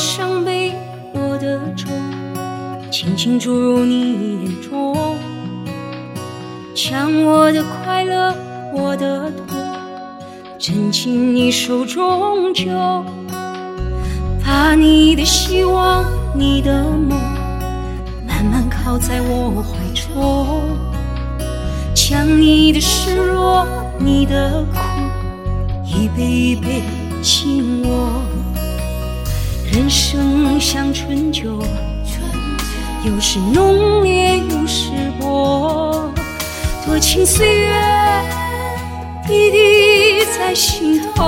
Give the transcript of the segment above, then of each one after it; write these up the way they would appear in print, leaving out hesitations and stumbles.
伤悲，我的愁，轻轻注入你眼中，将我的快乐，我的痛，斟进你手中酒，把你的希望，你的梦，慢慢靠在我怀中，将你的失落，你的苦，一杯一杯敬我。人生像春酒，有时浓烈，有时薄，多情岁月滴滴在心头。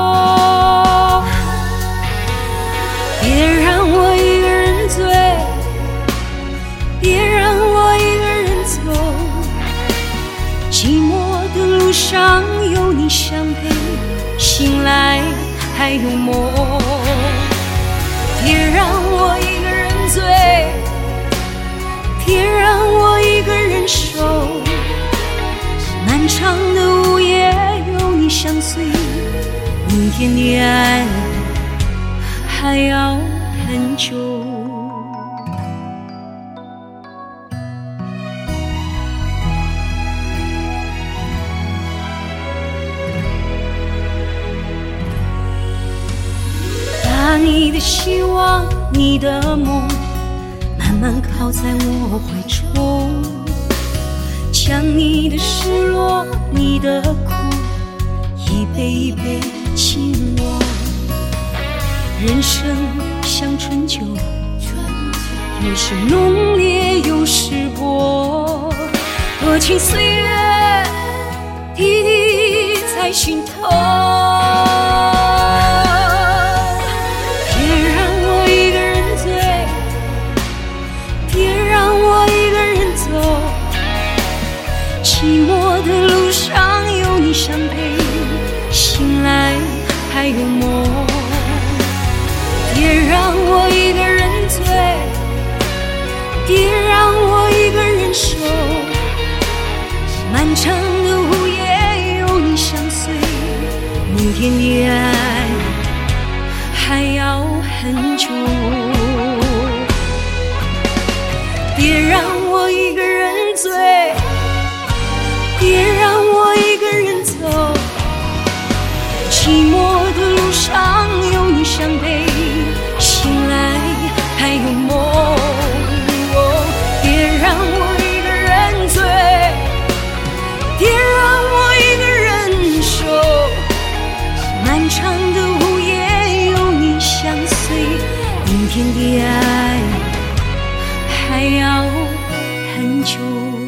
别让我一个人醉，别让我一个人走，寂寞的路上有你相陪，醒来还有梦。别让我一个人醉，别让我一个人守，漫长的午夜有你相随，明天的爱还要很久。把你的希望，你的梦，慢慢靠在我怀中，将你的失落，你的苦，一杯一杯敬我。人生像春酒，有时浓烈，有时薄，多情岁月滴滴在心头。寂寞的路上有你相陪，醒来还有梦。别让我一个人醉，别让我一个人守，漫长的午夜有你相随，明天的爱还要很久。别让我一个人醉，别让我一个人走，寂寞的路上有你相陪，醒来还有梦。别让我一个人醉，别让我一个人守，漫长的午夜有你相随，明天的爱还要很久。